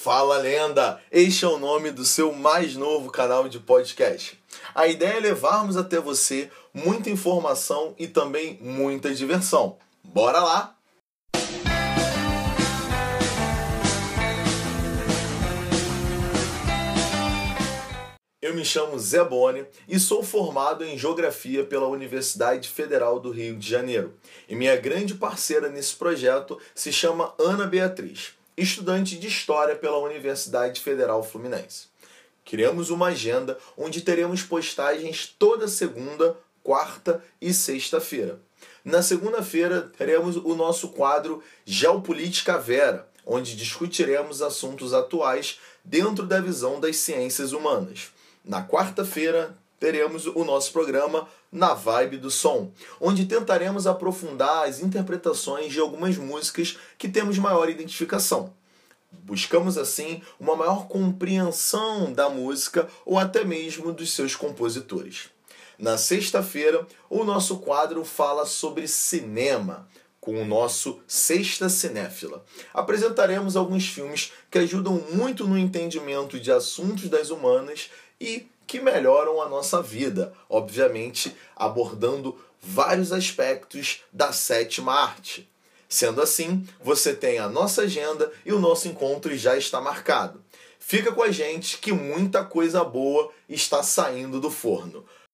Fala, lenda! Este é o nome do seu mais novo canal de podcast. A ideia é levarmos até você muita informação e também muita diversão. Bora lá! Eu me chamo Zé Boni e sou formado em Geografia pela Universidade Federal do Rio de Janeiro. E minha grande parceira nesse projeto se chama Ana Beatriz, estudante de História pela Universidade Federal Fluminense. Criamos uma agenda onde teremos postagens toda segunda, quarta e sexta-feira. Na segunda-feira teremos o nosso quadro Geopolítica Vera, onde discutiremos assuntos atuais dentro da visão das ciências humanas. Na quarta-feira, teremos o nosso programa Na Vibe do Som, onde tentaremos aprofundar as interpretações de algumas músicas que temos maior identificação. Buscamos, assim, uma maior compreensão da música ou até mesmo dos seus compositores. Na sexta-feira, o nosso quadro fala sobre cinema, com o nosso Sexta Cinéfila. Apresentaremos alguns filmes que ajudam muito no entendimento de assuntos das humanas e que melhoram a nossa vida, obviamente abordando vários aspectos da sétima arte. Sendo assim, você tem a nossa agenda e o nosso encontro já está marcado. Fica com a gente que muita coisa boa está saindo do forno.